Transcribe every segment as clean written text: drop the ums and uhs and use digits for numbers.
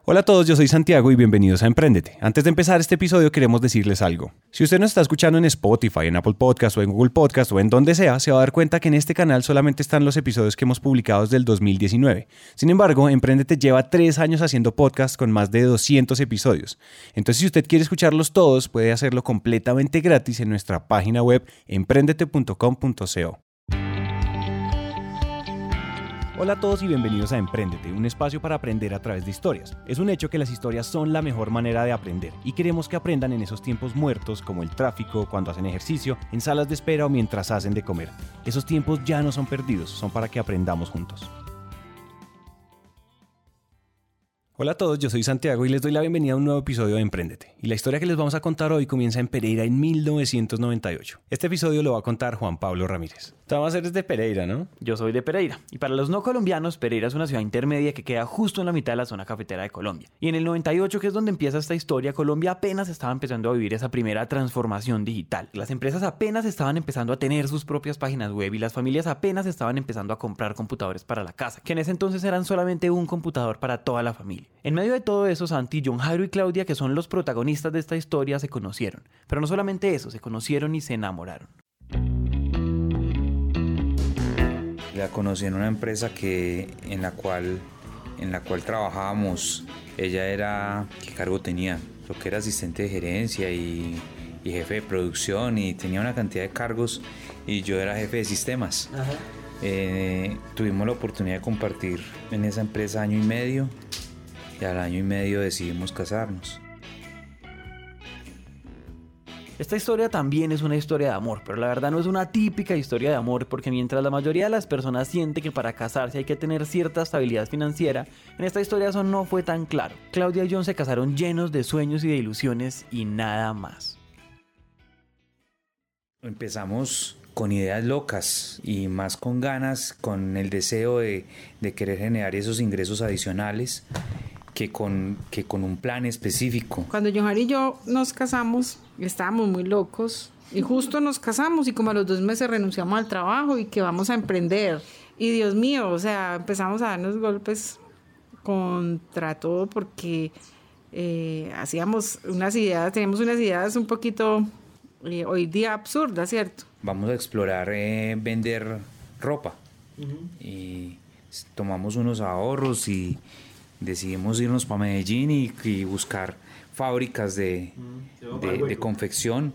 Hola a todos, yo soy Santiago y bienvenidos a Emprendete. Antes de empezar este episodio queremos decirles algo. Si usted nos está escuchando en Spotify, en Apple Podcast o en Google Podcast o en donde sea, se va a dar cuenta que en este canal solamente están los episodios que hemos publicado desde el 2019. Sin embargo, Emprendete lleva 3 años haciendo podcast con más de 200 episodios. Entonces, si usted quiere escucharlos todos, puede hacerlo completamente gratis en nuestra página web emprendete.com.co. Hola a todos y bienvenidos a Emprendete, un espacio para aprender a través de historias. Es un hecho que las historias son la mejor manera de aprender y queremos que aprendan en esos tiempos muertos como el tráfico, cuando hacen ejercicio, en salas de espera o mientras hacen de comer. Esos tiempos ya no son perdidos, son para que aprendamos juntos. Hola a todos, yo soy Santiago y les doy la bienvenida a un nuevo episodio de Emprendete. Y la historia que les vamos a contar hoy comienza en Pereira en 1998. Este episodio lo va a contar Juan Pablo Ramírez. Tú vas a ser desde Pereira, ¿no? Yo soy de Pereira. Y para los no colombianos, Pereira es una ciudad intermedia que queda justo en la mitad de la zona cafetera de Colombia. Y en el 98, que es donde empieza esta historia, Colombia apenas estaba empezando a vivir esa primera transformación digital. Las empresas apenas estaban empezando a tener sus propias páginas web y las familias apenas estaban empezando a comprar computadores para la casa, que en ese entonces eran solamente un computador para toda la familia. En medio de todo eso, Santi, John Jairo y Claudia, que son los protagonistas de esta historia, se conocieron. Pero no solamente eso, se conocieron y se enamoraron. La conocí en una empresa en la cual trabajábamos. Ella era, ¿qué cargo tenía? Creo que era asistente de gerencia y jefe de producción, y tenía una cantidad de cargos, y yo era jefe de sistemas. Tuvimos la oportunidad de compartir en esa empresa año y medio, y al año y medio decidimos casarnos. Esta historia también es una historia de amor, pero la verdad no es una típica historia de amor, porque mientras la mayoría de las personas siente que para casarse hay que tener cierta estabilidad financiera, en esta historia eso no fue tan claro. Claudia y John se casaron llenos de sueños y de ilusiones y nada más. Empezamos con ideas locas y más con ganas, con el deseo de querer generar esos ingresos adicionales que con un plan específico. Cuando John Jairo y yo nos casamos, estábamos muy locos y justo nos casamos y como a los 2 meses renunciamos al trabajo y que vamos a emprender. Y Dios mío, o sea, empezamos a darnos golpes contra todo porque teníamos unas ideas un poquito hoy día absurdas, ¿cierto? Vamos a explorar vender ropa. Y tomamos unos ahorros y decidimos irnos para Medellín y buscar fábricas de confección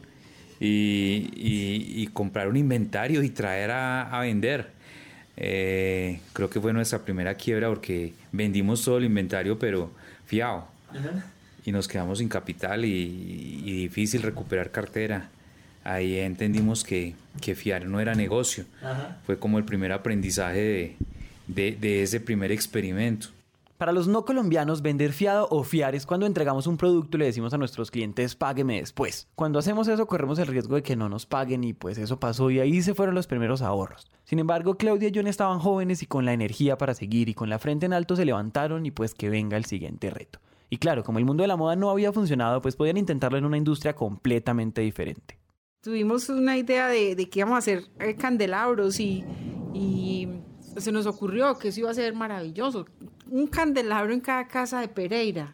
y comprar un inventario y traer a vender. Creo que fue nuestra primera quiebra porque vendimos todo el inventario, pero fiado. Y nos quedamos sin capital y difícil recuperar cartera. Ahí entendimos que fiar no era negocio. Fue como el primer aprendizaje de ese primer experimento. Para los no colombianos, vender fiado o fiar es cuando entregamos un producto y le decimos a nuestros clientes págueme después. Cuando hacemos eso corremos el riesgo de que no nos paguen y pues eso pasó y ahí se fueron los primeros ahorros. Sin embargo, Claudia y John estaban jóvenes y con la energía para seguir y con la frente en alto se levantaron y pues que venga el siguiente reto. Y claro, como el mundo de la moda no había funcionado, pues podían intentarlo en una industria completamente diferente. Tuvimos una idea de que íbamos a hacer candelabros y se nos ocurrió que eso iba a ser maravilloso. Un candelabro en cada casa de Pereira.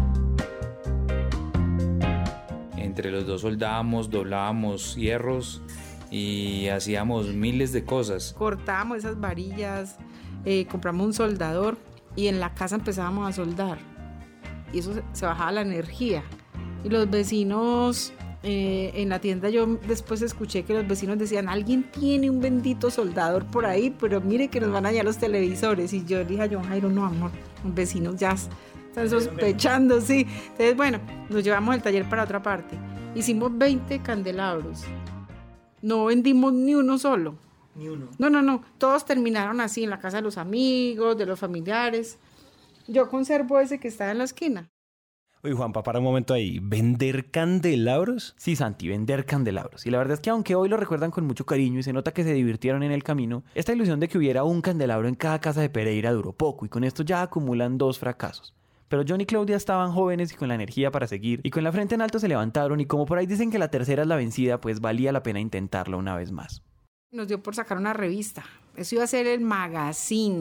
Entre los dos soldábamos, doblábamos hierros y hacíamos miles de cosas. Cortábamos esas varillas, compramos un soldador y en la casa empezábamos a soldar. Y eso se bajaba la energía. Y los vecinos, en la tienda yo después escuché que los vecinos decían, alguien tiene un bendito soldador por ahí, pero mire que nos van a dañar los televisores. Y yo le dije a John Jairo, no amor, los vecinos ya están sospechando, sí. Entonces bueno, nos llevamos el taller para otra parte. Hicimos 20 candelabros. No vendimos ni uno solo. Ni uno. No, todos terminaron así en la casa de los amigos, de los familiares. Yo conservo ese que está en la esquina. Oye, Juanpa, para un momento ahí. ¿Vender candelabros? Sí, Santi, vender candelabros. Y la verdad es que aunque hoy lo recuerdan con mucho cariño y se nota que se divirtieron en el camino, esta ilusión de que hubiera un candelabro en cada casa de Pereira duró poco y con esto ya acumulan 2 fracasos. Pero John y Claudia estaban jóvenes y con la energía para seguir y con la frente en alto se levantaron y como por ahí dicen que la tercera es la vencida, pues valía la pena intentarlo una vez más. Nos dio por sacar una revista. Eso iba a ser el magazine.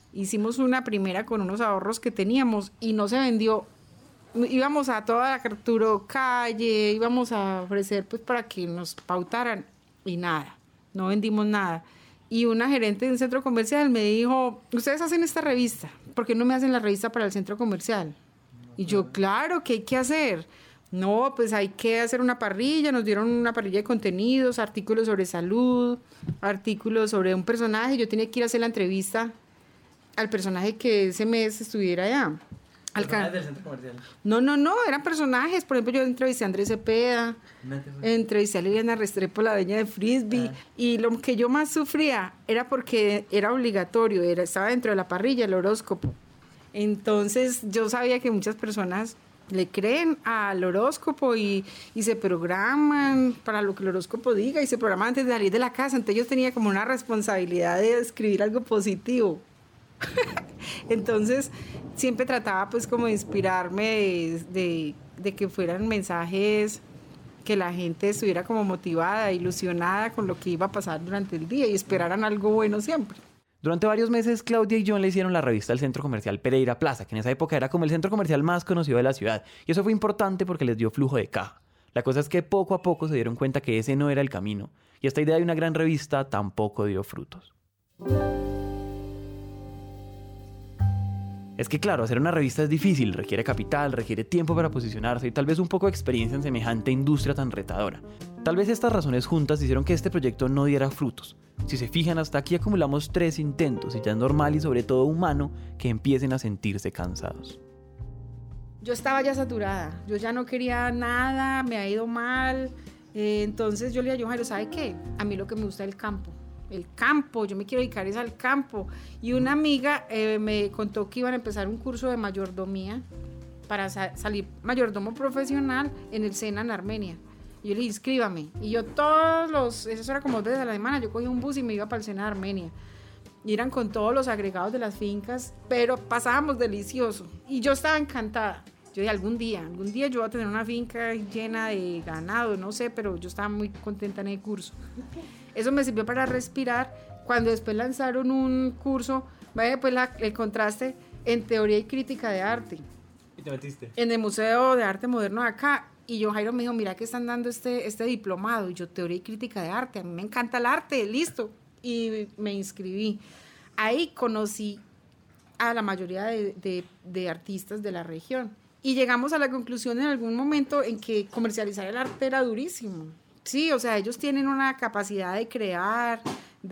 Hicimos una primera con unos ahorros que teníamos y no se vendió. Íbamos a toda la Arturo Calle, íbamos a ofrecer pues para que nos pautaran y nada, no vendimos nada. Y una gerente de un centro comercial me dijo, ustedes hacen esta revista, ¿por qué no me hacen la revista para el centro comercial? Y yo, claro, ¿qué hay que hacer? No, pues hay que hacer una parrilla, nos dieron una parrilla de contenidos, artículos sobre salud, artículos sobre un personaje, yo tenía que ir a hacer la entrevista al personaje que ese mes estuviera allá. ¿Personajes del centro comercial? No, eran personajes. Por ejemplo, yo entrevisté a Andrés Cepeda, entrevisté a Liliana Restrepo, la dueña de Frisbee, y lo que yo más sufría era porque era obligatorio, estaba dentro de la parrilla el horóscopo. Entonces yo sabía que muchas personas le creen al horóscopo y se programan para lo que el horóscopo diga y se programan antes de salir de la casa. Entonces yo tenía como una responsabilidad de escribir algo positivo. Entonces siempre trataba pues como de inspirarme de que fueran mensajes que la gente estuviera como motivada, ilusionada con lo que iba a pasar durante el día y esperaran algo bueno siempre. Durante varios meses, Claudia y John le hicieron la revista al Centro Comercial Pereira Plaza, que en esa época era como el centro comercial más conocido de la ciudad. Y eso fue importante porque les dio flujo de caja. La cosa es que poco a poco se dieron cuenta que ese no era el camino. Y esta idea de una gran revista tampoco dio frutos. Es que claro, hacer una revista es difícil, requiere capital, requiere tiempo para posicionarse y tal vez un poco de experiencia en semejante industria tan retadora. Tal vez estas razones juntas hicieron que este proyecto no diera frutos. Si se fijan, hasta aquí acumulamos 3 intentos y ya es normal y sobre todo humano que empiecen a sentirse cansados. Yo estaba ya saturada, yo ya no quería nada, me ha ido mal, entonces yo le dije a Jairo, ¿sabe qué? A mí lo que me gusta es el campo, yo me quiero dedicar es al campo. Y una amiga me contó que iban a empezar un curso de mayordomía para salir mayordomo profesional en el SENA en Armenia. Y yo le dije, inscríbame. Y yo eso era como 2 veces a la semana, yo cogía un bus y me iba para el SENA de Armenia. Y eran con todos los agregados de las fincas, pero pasábamos delicioso. Y yo estaba encantada. Yo dije, algún día yo voy a tener una finca llena de ganado, no sé, pero yo estaba muy contenta en el curso. Eso me sirvió para respirar. Cuando después lanzaron un curso, vaya pues el contraste en teoría y crítica de arte. ¿Y te metiste? En el Museo de Arte Moderno de acá. Y yo, Jairo, me dijo, mira que están dando este diplomado. Y yo, teoría y crítica de arte. A mí me encanta el arte, listo. Y me inscribí. Ahí conocí a la mayoría de artistas de la región. Y llegamos a la conclusión en algún momento en que comercializar el arte era durísimo. Sí, o sea, ellos tienen una capacidad de crear,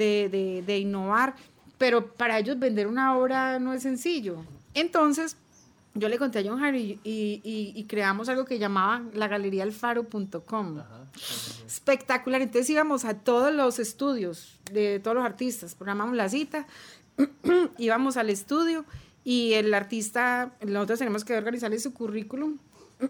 de innovar, pero para ellos vender una obra no es sencillo. Entonces, yo le conté a John Harry y creamos algo que llamaba la galería alfaro.com. Espectacular. Entonces íbamos a todos los estudios de todos los artistas, programamos la cita, íbamos al estudio y el artista, nosotros tenemos que organizarle su currículum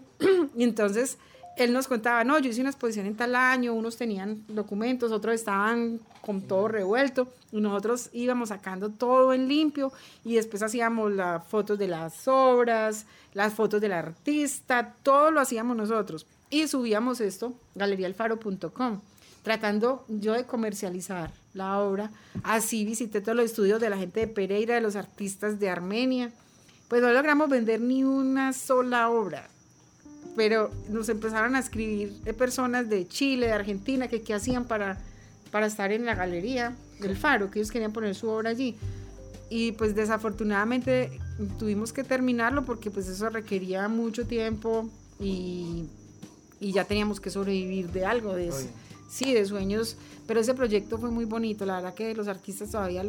y entonces él nos contaba, no, yo hice una exposición en tal año, unos tenían documentos, otros estaban con todo revuelto, y nosotros íbamos sacando todo en limpio, y después hacíamos las fotos de las obras, las fotos del artista, todo lo hacíamos nosotros, y subíamos esto, galeriaalfaro.com, tratando yo de comercializar la obra. Así visité todos los estudios de la gente de Pereira, de los artistas de Armenia, pues no logramos vender ni una sola obra, pero nos empezaron a escribir personas de Chile, de Argentina, que qué hacían para estar en la galería del Faro, que ellos querían poner su obra allí. Y pues desafortunadamente tuvimos que terminarlo porque pues eso requería mucho tiempo y ya teníamos que sobrevivir de algo, de sueños. Pero ese proyecto fue muy bonito, la verdad que los artistas todavía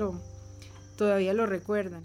lo recuerdan.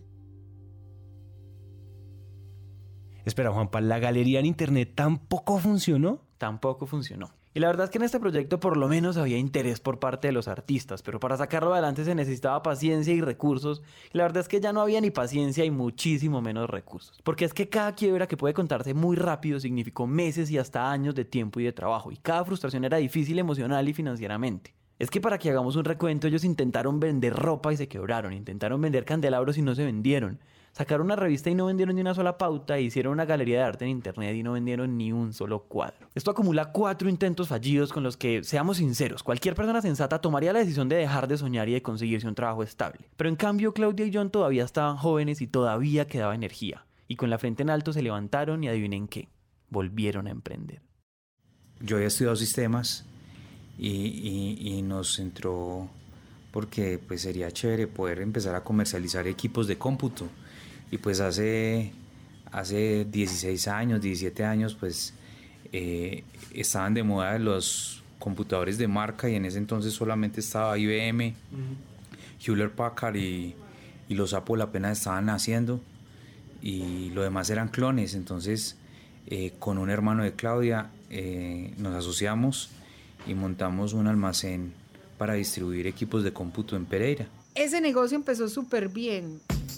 Espera, Juanpa, ¿la galería en internet tampoco funcionó? Tampoco funcionó. Y la verdad es que en este proyecto por lo menos había interés por parte de los artistas, pero para sacarlo adelante se necesitaba paciencia y recursos, y la verdad es que ya no había ni paciencia y muchísimo menos recursos. Porque es que cada quiebra que puede contarse muy rápido significó meses y hasta años de tiempo y de trabajo, y cada frustración era difícil emocional y financieramente. Es que para que hagamos un recuento, ellos intentaron vender ropa y se quebraron, intentaron vender candelabros y no se vendieron. Sacaron una revista y no vendieron ni una sola pauta, hicieron una galería de arte en internet y no vendieron ni un solo cuadro. Esto acumula 4 intentos fallidos con los que, seamos sinceros, cualquier persona sensata tomaría la decisión de dejar de soñar y de conseguirse un trabajo estable. Pero en cambio Claudia y John todavía estaban jóvenes y todavía quedaba energía. Y con la frente en alto se levantaron y adivinen qué, volvieron a emprender. Yo había estudiado sistemas y nos entró porque pues sería chévere poder empezar a comercializar equipos de cómputo. Y pues hace 16 años, 17 años, pues estaban de moda los computadores de marca y en ese entonces solamente estaba IBM, Hewlett Packard y los Apple apenas estaban naciendo y lo demás eran clones. Entonces con un hermano de Claudia nos asociamos y montamos un almacén para distribuir equipos de cómputo en Pereira. Ese negocio empezó súper bien.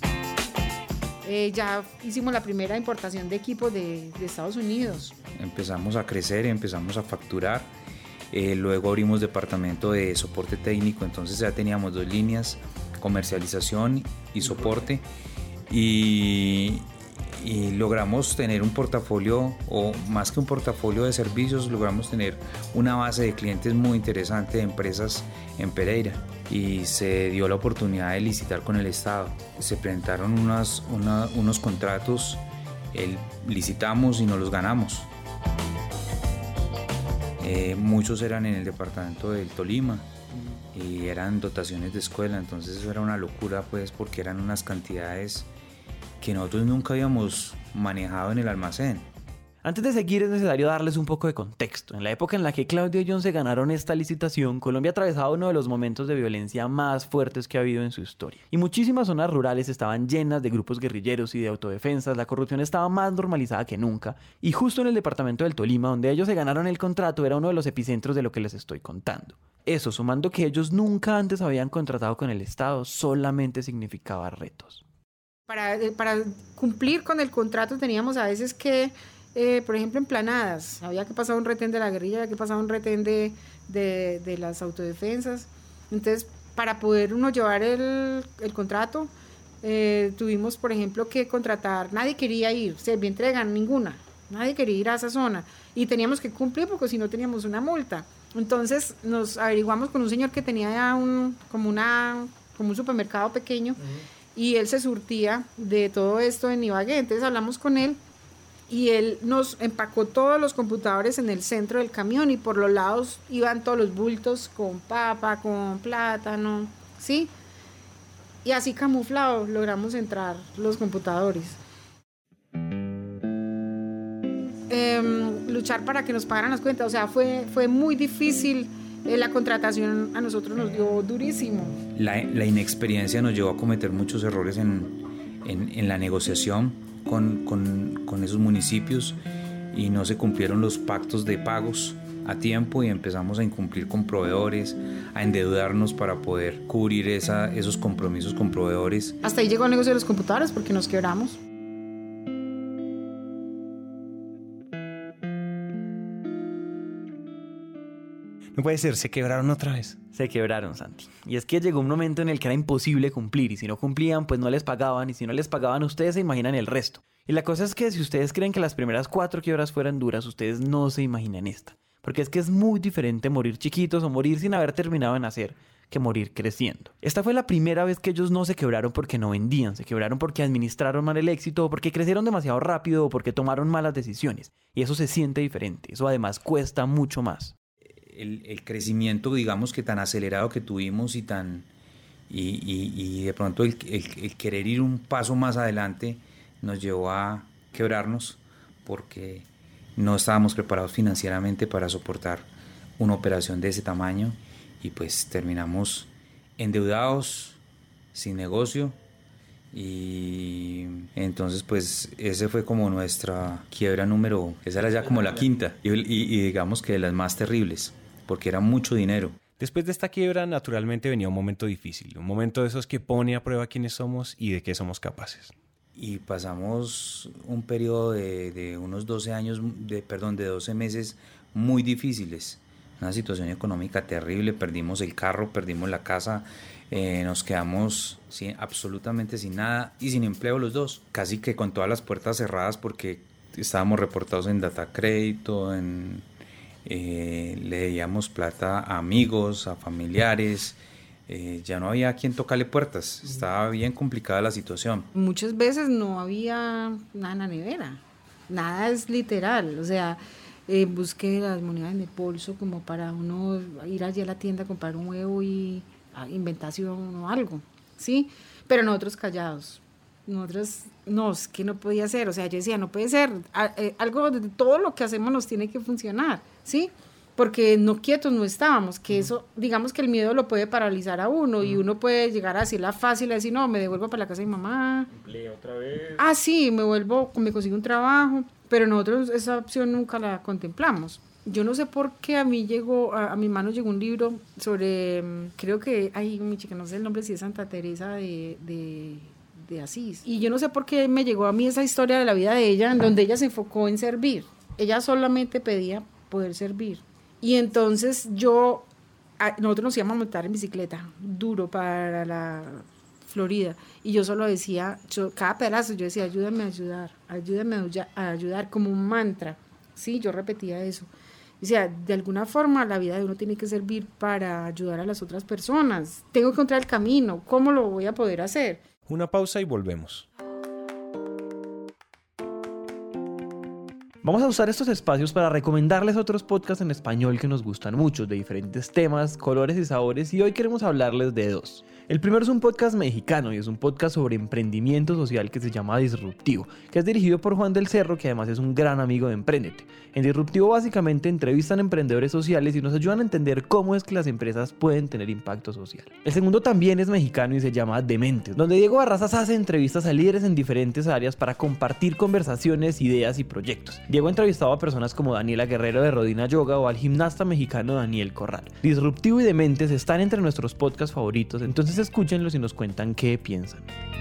Ya hicimos la primera importación de equipos de Estados Unidos. Empezamos a crecer, empezamos a facturar. Luego abrimos departamento de soporte técnico, entonces ya teníamos 2 líneas, comercialización y soporte. Y logramos tener un portafolio, o más que un portafolio de servicios, logramos tener una base de clientes muy interesante de empresas en Pereira y se dio la oportunidad de licitar con el Estado. Se presentaron unos contratos, licitamos y nos los ganamos. Muchos eran en el departamento del Tolima y eran dotaciones de escuela, entonces eso era una locura pues porque eran unas cantidades que nosotros nunca habíamos manejado en el almacén. Antes de seguir es necesario darles un poco de contexto. En la época en la que Claudia y John se ganaron esta licitación, Colombia atravesaba uno de los momentos de violencia más fuertes que ha habido en su historia. Y muchísimas zonas rurales estaban llenas de grupos guerrilleros y de autodefensas, la corrupción estaba más normalizada que nunca. Y justo en el departamento del Tolima, donde ellos se ganaron el contrato, era uno de los epicentros de lo que les estoy contando. Eso, sumando que ellos nunca antes habían contratado con el Estado, solamente significaba retos. Para cumplir con el contrato teníamos a veces que, por ejemplo, emplanadas. Había que pasar un retén de la guerrilla, había que pasar un retén de las autodefensas. Entonces, para poder uno llevar el contrato, tuvimos, por ejemplo, que contratar. Nadie quería ir, Servientrega, ninguna. Nadie quería ir a esa zona. Y teníamos que cumplir porque si no teníamos una multa. Entonces, nos averiguamos con un señor que tenía como un supermercado pequeño. Y él se surtía de todo esto en Ibagué. Entonces hablamos con él y él nos empacó todos los computadores en el centro del camión y por los lados iban todos los bultos con papa, con plátano, ¿sí? Y así camuflado logramos entrar los computadores. Luchar para que nos pagaran las cuentas, o sea, fue muy difícil. La contratación a nosotros nos dio durísimo. La inexperiencia nos llevó a cometer muchos errores en la negociación con esos municipios y no se cumplieron los pactos de pagos a tiempo y empezamos a incumplir con proveedores, a endeudarnos para poder cubrir esos compromisos con proveedores. Hasta ahí llegó el negocio de los computadores porque nos quebramos. No puede ser, se quebraron otra vez. Se quebraron, Santi. Y es que llegó un momento en el que era imposible cumplir y si no cumplían, pues no les pagaban y si no les pagaban, ustedes se imaginan el resto. Y la cosa es que si ustedes creen que las primeras 4 quiebras fueran duras, ustedes no se imaginan esta. Porque es que es muy diferente morir chiquitos o morir sin haber terminado de nacer que morir creciendo. Esta fue la primera vez que ellos no se quebraron porque no vendían, se quebraron porque administraron mal el éxito o porque crecieron demasiado rápido o porque tomaron malas decisiones. Y eso se siente diferente, eso además cuesta mucho más. El crecimiento, digamos que tan acelerado que tuvimos y de pronto el querer ir un paso más adelante nos llevó a quebrarnos porque no estábamos preparados financieramente para soportar una operación de ese tamaño y pues terminamos endeudados, sin negocio y entonces pues ese fue como nuestra quiebra esa era ya como la quinta y digamos que de las más terribles porque era mucho dinero. Después de esta quiebra, naturalmente venía un momento difícil, un momento de esos que pone a prueba quiénes somos y de qué somos capaces. Y pasamos un periodo de unos 12 meses muy difíciles, una situación económica terrible, perdimos el carro, perdimos la casa, nos quedamos absolutamente sin nada y sin empleo los dos, casi que con todas las puertas cerradas porque estábamos reportados en Data Crédito, le debíamos plata a amigos, a familiares, ya no había quien tocarle puertas, estaba bien complicada la situación. Muchas veces no había nada en la nevera, nada es literal, o sea, busqué las monedas en el bolso como para uno ir allí a la tienda a comprar un huevo y inventación o algo, ¿sí? Pero nosotros callados, nosotros, no, es que no podía ser, o sea, yo decía, no puede ser, algo de todo lo que hacemos nos tiene que funcionar, ¿sí? Porque no quietos no estábamos, que eso, digamos que el miedo lo puede paralizar a uno y uno puede llegar a decirla fácil, a decir, no, me devuelvo para la casa de mi mamá. Empleo otra vez. Ah, sí, me consigo un trabajo, pero nosotros esa opción nunca la contemplamos. Yo no sé por qué a mí a mi mano llegó un libro sobre, creo que, mi chica, no sé el nombre, si es Santa Teresa de Asís. Y yo no sé por qué me llegó a mí esa historia de la vida de ella, en donde ella se enfocó en servir. Ella solamente pedía poder servir. Y entonces nosotros nos íbamos a montar en bicicleta, duro para la Florida. Y yo solo decía, cada pedazo, yo decía, ayúdame a ayudar, como un mantra. Sí, yo repetía eso. O sea, de alguna forma la vida de uno tiene que servir para ayudar a las otras personas. Tengo que encontrar el camino. ¿Cómo lo voy a poder hacer? Una pausa y volvemos. Vamos a usar estos espacios para recomendarles otros podcasts en español que nos gustan mucho, de diferentes temas, colores y sabores, y hoy queremos hablarles de dos. El primero es un podcast mexicano y es un podcast sobre emprendimiento social que se llama Disruptivo, que es dirigido por Juan del Cerro, que además es un gran amigo de Emprendete. En Disruptivo básicamente entrevistan emprendedores sociales y nos ayudan a entender cómo es que las empresas pueden tener impacto social. El segundo también es mexicano y se llama Dementes, donde Diego Barrazas hace entrevistas a líderes en diferentes áreas para compartir conversaciones, ideas y proyectos. Diego ha entrevistado a personas como Daniela Guerrero de Rodina Yoga o al gimnasta mexicano Daniel Corral. Disruptivo y Dementes están entre nuestros podcasts favoritos, entonces escúchenlos y nos cuentan qué piensan.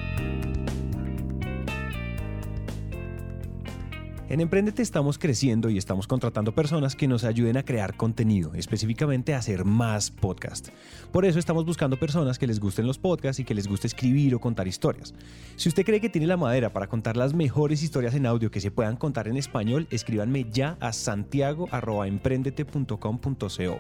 En Emprendete estamos creciendo y estamos contratando personas que nos ayuden a crear contenido, específicamente a hacer más podcast. Por eso estamos buscando personas que les gusten los podcasts y que les guste escribir o contar historias. Si usted cree que tiene la madera para contar las mejores historias en audio que se puedan contar en español, escríbanme ya a santiago@emprendete.com.co.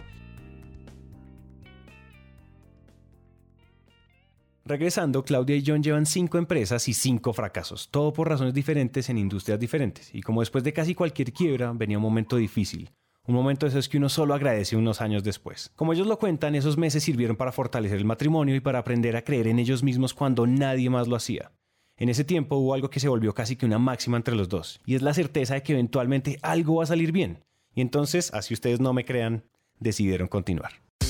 Regresando, Claudia y John llevan 5 empresas y 5 fracasos, todo por razones diferentes en industrias diferentes. Y como después de casi cualquier quiebra, venía un momento difícil. Un momento de esos que uno solo agradece unos años después. Como ellos lo cuentan, esos meses sirvieron para fortalecer el matrimonio y para aprender a creer en ellos mismos cuando nadie más lo hacía. En ese tiempo hubo algo que se volvió casi que una máxima entre los dos, y es la certeza de que eventualmente algo va a salir bien. Y entonces, así ustedes no me crean, decidieron continuar.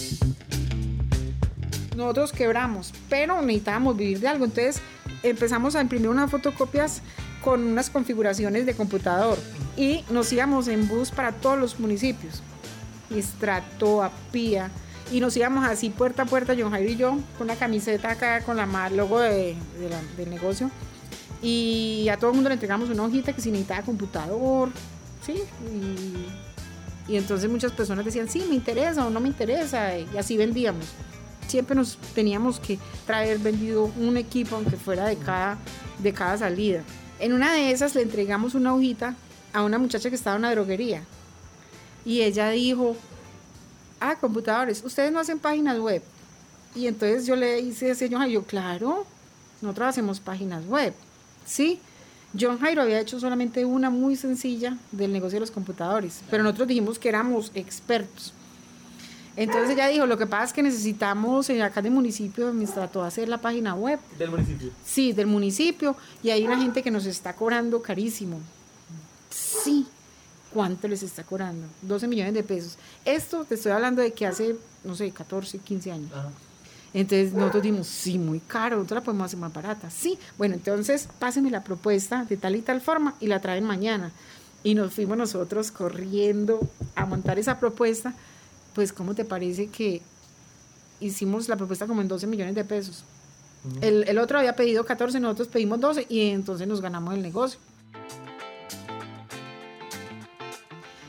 Nosotros quebramos, pero necesitábamos vivir de algo, entonces empezamos a imprimir unas fotocopias con unas configuraciones de computador y nos íbamos en bus para todos los municipios, Estratoa, Pía, y nos íbamos así puerta a puerta, John Jairo y yo, con la camiseta acá con la logo del negocio, y a todo el mundo le entregamos una hojita que si necesitaba computador, ¿sí? Y entonces muchas personas decían, sí, me interesa o no me interesa, y así vendíamos. Siempre nos teníamos que traer vendido un equipo, aunque fuera de cada salida. En una de esas le entregamos una hojita a una muchacha que estaba en una droguería. Y ella dijo, computadores, ustedes no hacen páginas web. Y entonces yo le hice así a John Jairo, claro, nosotros hacemos páginas web. Sí, John Jairo había hecho solamente una muy sencilla del negocio de los computadores, pero nosotros dijimos que éramos expertos. Entonces ella dijo, lo que pasa es que necesitamos acá en el municipio, me trató de hacer la página web. ¿Del municipio? Sí, del municipio, y hay una gente que nos está cobrando carísimo. Sí, ¿cuánto les está cobrando? 12 millones de pesos. Esto te estoy hablando de que hace, no sé, 14, 15 años. Ajá. Entonces nosotros dijimos, sí, muy caro, nosotros la podemos hacer más barata. Sí, bueno, entonces pásenme la propuesta de tal y tal forma y la traen mañana. Y nos fuimos nosotros corriendo a montar esa propuesta. Pues, ¿cómo te parece que hicimos la propuesta como en 12 millones de pesos? Uh-huh. El otro había pedido 14, nosotros pedimos 12 y entonces nos ganamos el negocio.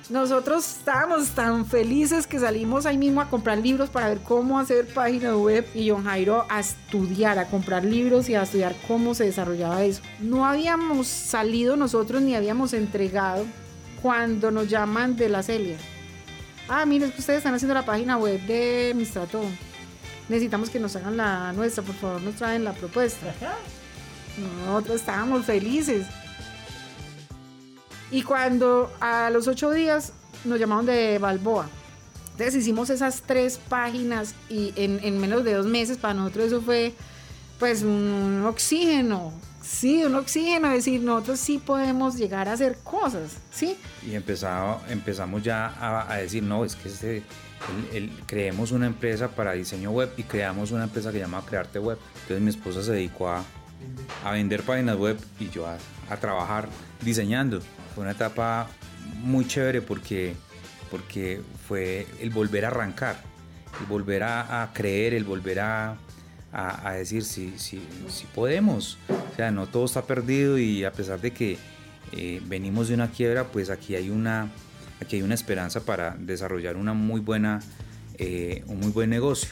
Nosotros estábamos tan felices que salimos ahí mismo a comprar libros para ver cómo hacer páginas web y John Jairo a estudiar, a comprar libros y a estudiar cómo se desarrollaba eso. No habíamos salido nosotros ni habíamos entregado cuando nos llaman de la Celia. Mire, es que ustedes están haciendo la página web de Mistrato. Necesitamos que nos hagan la nuestra, por favor, nos traen la propuesta. Nosotros estábamos felices. Y cuando a los 8 días nos llamaron de Balboa, entonces hicimos esas 3 páginas y en menos de 2 meses para nosotros eso fue pues un oxígeno, sí, un oxígeno, es decir, nosotros sí podemos llegar a hacer cosas, ¿sí? Y empezamos ya a decir, no, es que creemos una empresa para diseño web y creamos una empresa que se llama Crearte Web. Entonces mi esposa se dedicó a vender páginas web y yo a trabajar diseñando. Fue una etapa muy chévere porque fue el volver a arrancar, el volver a creer, el volver a decir si podemos. O sea, no todo está perdido y a pesar de que venimos de una quiebra, pues aquí hay una esperanza para desarrollar un muy buen negocio.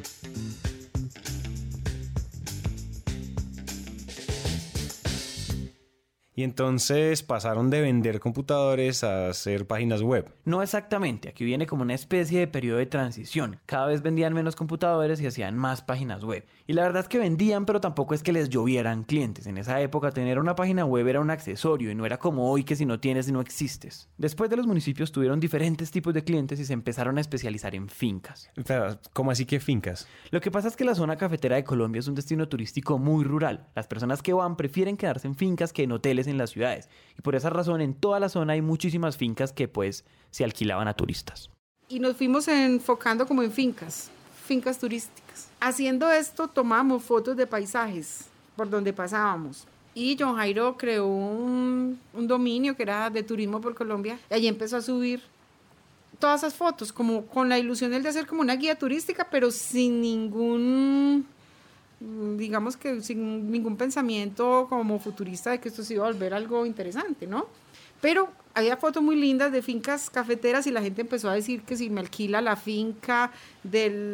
Y entonces pasaron de vender computadores a hacer páginas web. No exactamente, aquí viene como una especie de periodo de transición. Cada vez vendían menos computadores y hacían más páginas web. Y la verdad es que vendían, pero tampoco es que les llovieran clientes. En esa época tener una página web era un accesorio y no era como hoy que si no tienes no existes. Después de los municipios tuvieron diferentes tipos de clientes y se empezaron a especializar en fincas. Pero, ¿cómo así que fincas? Lo que pasa es que la zona cafetera de Colombia es un destino turístico muy rural. Las personas que van prefieren quedarse en fincas que en hoteles en las ciudades. Y por esa razón en toda la zona hay muchísimas fincas que pues se alquilaban a turistas. Y nos fuimos enfocando como en fincas turísticas. Haciendo esto tomamos fotos de paisajes por donde pasábamos. Y John Jairo creó un dominio que era de Turismo por Colombia. Y allí empezó a subir todas esas fotos, como con la ilusión de hacer como una guía turística, pero sin ningún pensamiento como futurista de que esto se iba a volver algo interesante, ¿no? Pero había fotos muy lindas de fincas cafeteras y la gente empezó a decir que si me alquila la finca del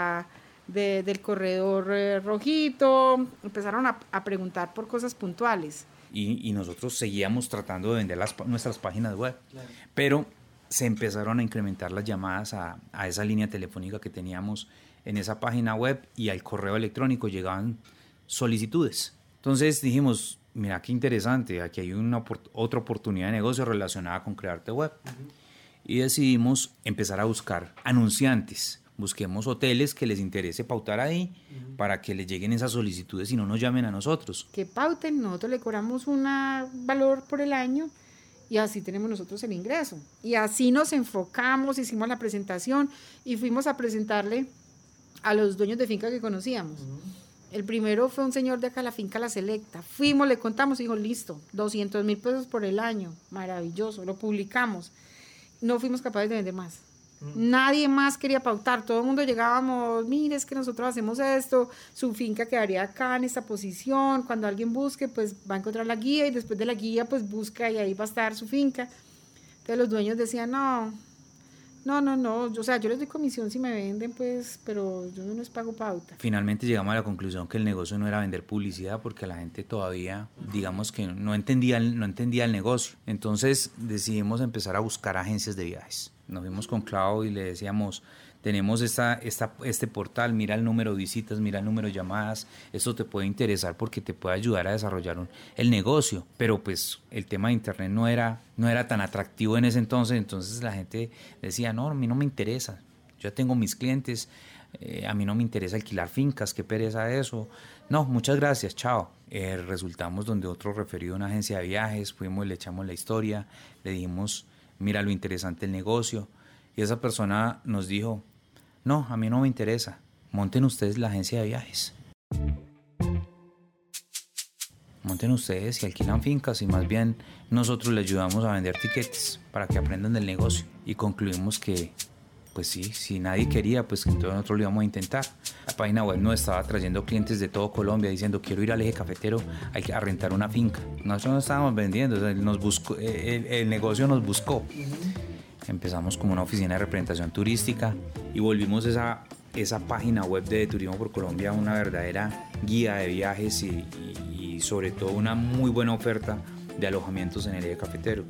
corredor rojito, empezaron a preguntar por cosas puntuales. Y nosotros seguíamos tratando de vender nuestras páginas web, claro. Pero se empezaron a incrementar las llamadas a esa línea telefónica que teníamos en esa página web y al correo electrónico llegaban solicitudes. Entonces dijimos, mira qué interesante, aquí hay otra oportunidad de negocio relacionada con Crearte Web. Uh-huh. Y decidimos empezar a buscar anunciantes. Busquemos hoteles que les interese pautar ahí, uh-huh, para que les lleguen esas solicitudes y no nos llamen a nosotros. Que pauten, nosotros le cobramos un valor por el año y así tenemos nosotros el ingreso. Y así nos enfocamos, hicimos la presentación y fuimos a presentarle a los dueños de finca que conocíamos. Uh-huh. El primero fue un señor de acá, la finca La Selecta. Fuimos, le contamos, dijo, listo, 200,000 pesos por el año, maravilloso, lo publicamos. No fuimos capaces de vender más. Nadie más quería pautar, todo el mundo llegábamos, mire, es que nosotros hacemos esto, su finca quedaría acá en esta posición, cuando alguien busque, pues va a encontrar la guía y después de la guía, pues busca y ahí va a estar su finca. Entonces los dueños decían, no, o sea, yo les doy comisión si me venden, pues, pero yo no les pago pauta. Finalmente llegamos a la conclusión que el negocio no era vender publicidad porque la gente todavía, digamos que no entendía el negocio. Entonces decidimos empezar a buscar agencias de viajes. Nos fuimos con Clau y le decíamos, tenemos este portal, mira el número de visitas, mira el número de llamadas, esto te puede interesar porque te puede ayudar a desarrollar el negocio, pero pues el tema de internet no era tan atractivo en ese entonces la gente decía, no, a mí no me interesa, yo tengo mis clientes, a mí no me interesa alquilar fincas, qué pereza eso, no, muchas gracias, chao. Resultamos donde otro referido a una agencia de viajes, fuimos, le echamos la historia, le dijimos, mira lo interesante del negocio, y esa persona nos dijo, no, a mí no me interesa, monten ustedes la agencia de viajes. Monten ustedes y alquilan fincas y más bien nosotros les ayudamos a vender tiquetes para que aprendan del negocio. Y concluimos que, pues sí, si nadie quería, pues entonces nosotros lo íbamos a intentar. La página web nos estaba trayendo clientes de todo Colombia diciendo, quiero ir al eje cafetero a rentar una finca. Nosotros no estábamos vendiendo, o sea, el negocio nos buscó. Empezamos como una oficina de representación turística y volvimos esa página web de Turismo por Colombia una verdadera guía de viajes y sobre todo una muy buena oferta de alojamientos en el eje cafetero.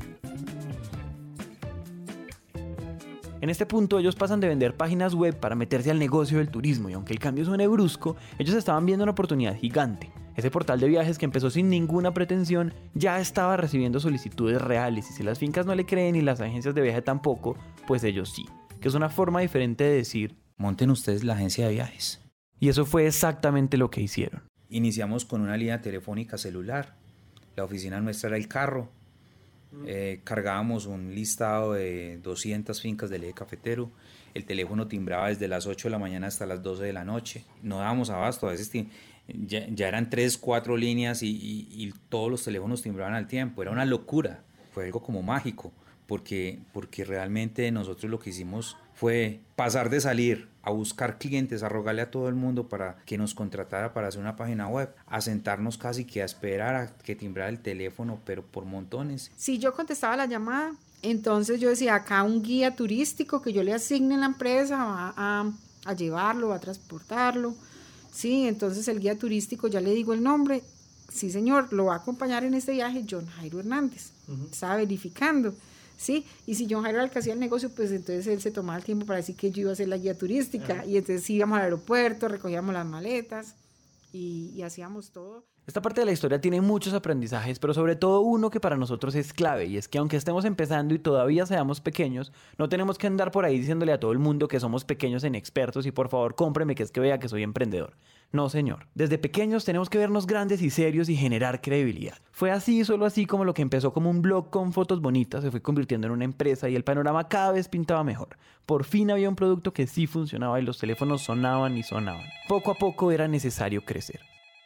En este punto ellos pasan de vender páginas web para meterse al negocio del turismo y aunque el cambio suene brusco, ellos estaban viendo una oportunidad gigante. Ese portal de viajes que empezó sin ninguna pretensión ya estaba recibiendo solicitudes reales y si las fincas no le creen y las agencias de viaje tampoco, pues ellos sí, que es una forma diferente de decir monten ustedes la agencia de viajes. Y eso fue exactamente lo que hicieron. Iniciamos con una línea telefónica celular, la oficina nuestra era el carro, cargábamos un listado de 200 fincas del eje cafetero, el teléfono timbraba desde las 8 de la mañana hasta las 12 de la noche, no dábamos abasto, a veces ya eran 3, 4 líneas y todos los teléfonos timbraban al tiempo, era una locura, fue algo como mágico, porque realmente nosotros lo que hicimos fue pasar de salir a buscar clientes, a rogarle a todo el mundo para que nos contratara para hacer una página web, a sentarnos casi que a esperar a que timbrara el teléfono, pero por montones. Si yo contestaba la llamada, entonces yo decía, acá un guía turístico que yo le asigne en la empresa va a llevarlo, va a transportarlo. Sí, entonces el guía turístico, ya le digo el nombre, sí señor, lo va a acompañar en este viaje John Jairo Hernández. Estaba verificando. Sí, y si John Jairo era el que hacía el negocio, pues entonces él se tomaba el tiempo para decir que yo iba a ser la guía turística, y entonces íbamos al aeropuerto, recogíamos las maletas y hacíamos todo. Esta parte de la historia tiene muchos aprendizajes, pero sobre todo uno que para nosotros es clave, y es que aunque estemos empezando y todavía seamos pequeños, no tenemos que andar por ahí diciéndole a todo el mundo que somos pequeños en expertos y por favor cómpreme que es que vea que soy emprendedor. No señor, desde pequeños tenemos que vernos grandes y serios y generar credibilidad. Fue así, solo así como lo que empezó como un blog con fotos bonitas se fue convirtiendo en una empresa y el panorama cada vez pintaba mejor. Por fin había un producto que sí funcionaba y los teléfonos sonaban y sonaban. Poco a poco era necesario crecer.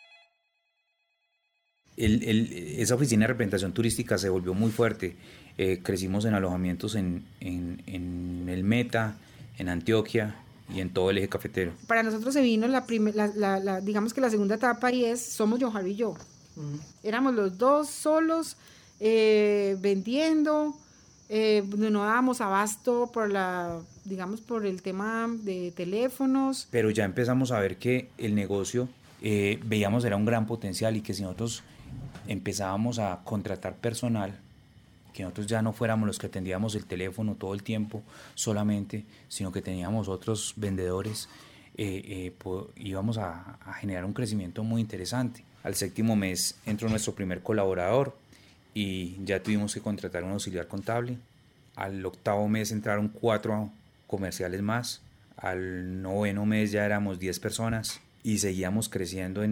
Esa oficina de representación turística se volvió muy fuerte. Crecimos en alojamientos en el Meta, en Antioquia y en todo el eje cafetero. Para nosotros se vino digamos que la segunda etapa y somos John Jairo y yo. Éramos los dos solos vendiendo, no dábamos abasto por el tema de teléfonos. Pero ya empezamos a ver que el negocio veíamos era un gran potencial y que si nosotros empezábamos a contratar personal, que nosotros ya no fuéramos los que atendíamos el teléfono todo el tiempo solamente, sino que teníamos otros vendedores, íbamos a generar un crecimiento muy interesante. Al 7º mes entró nuestro primer colaborador y ya tuvimos que contratar un auxiliar contable. Al 8º mes entraron 4 comerciales más. Al 9º mes ya éramos 10 personas y seguíamos creciendo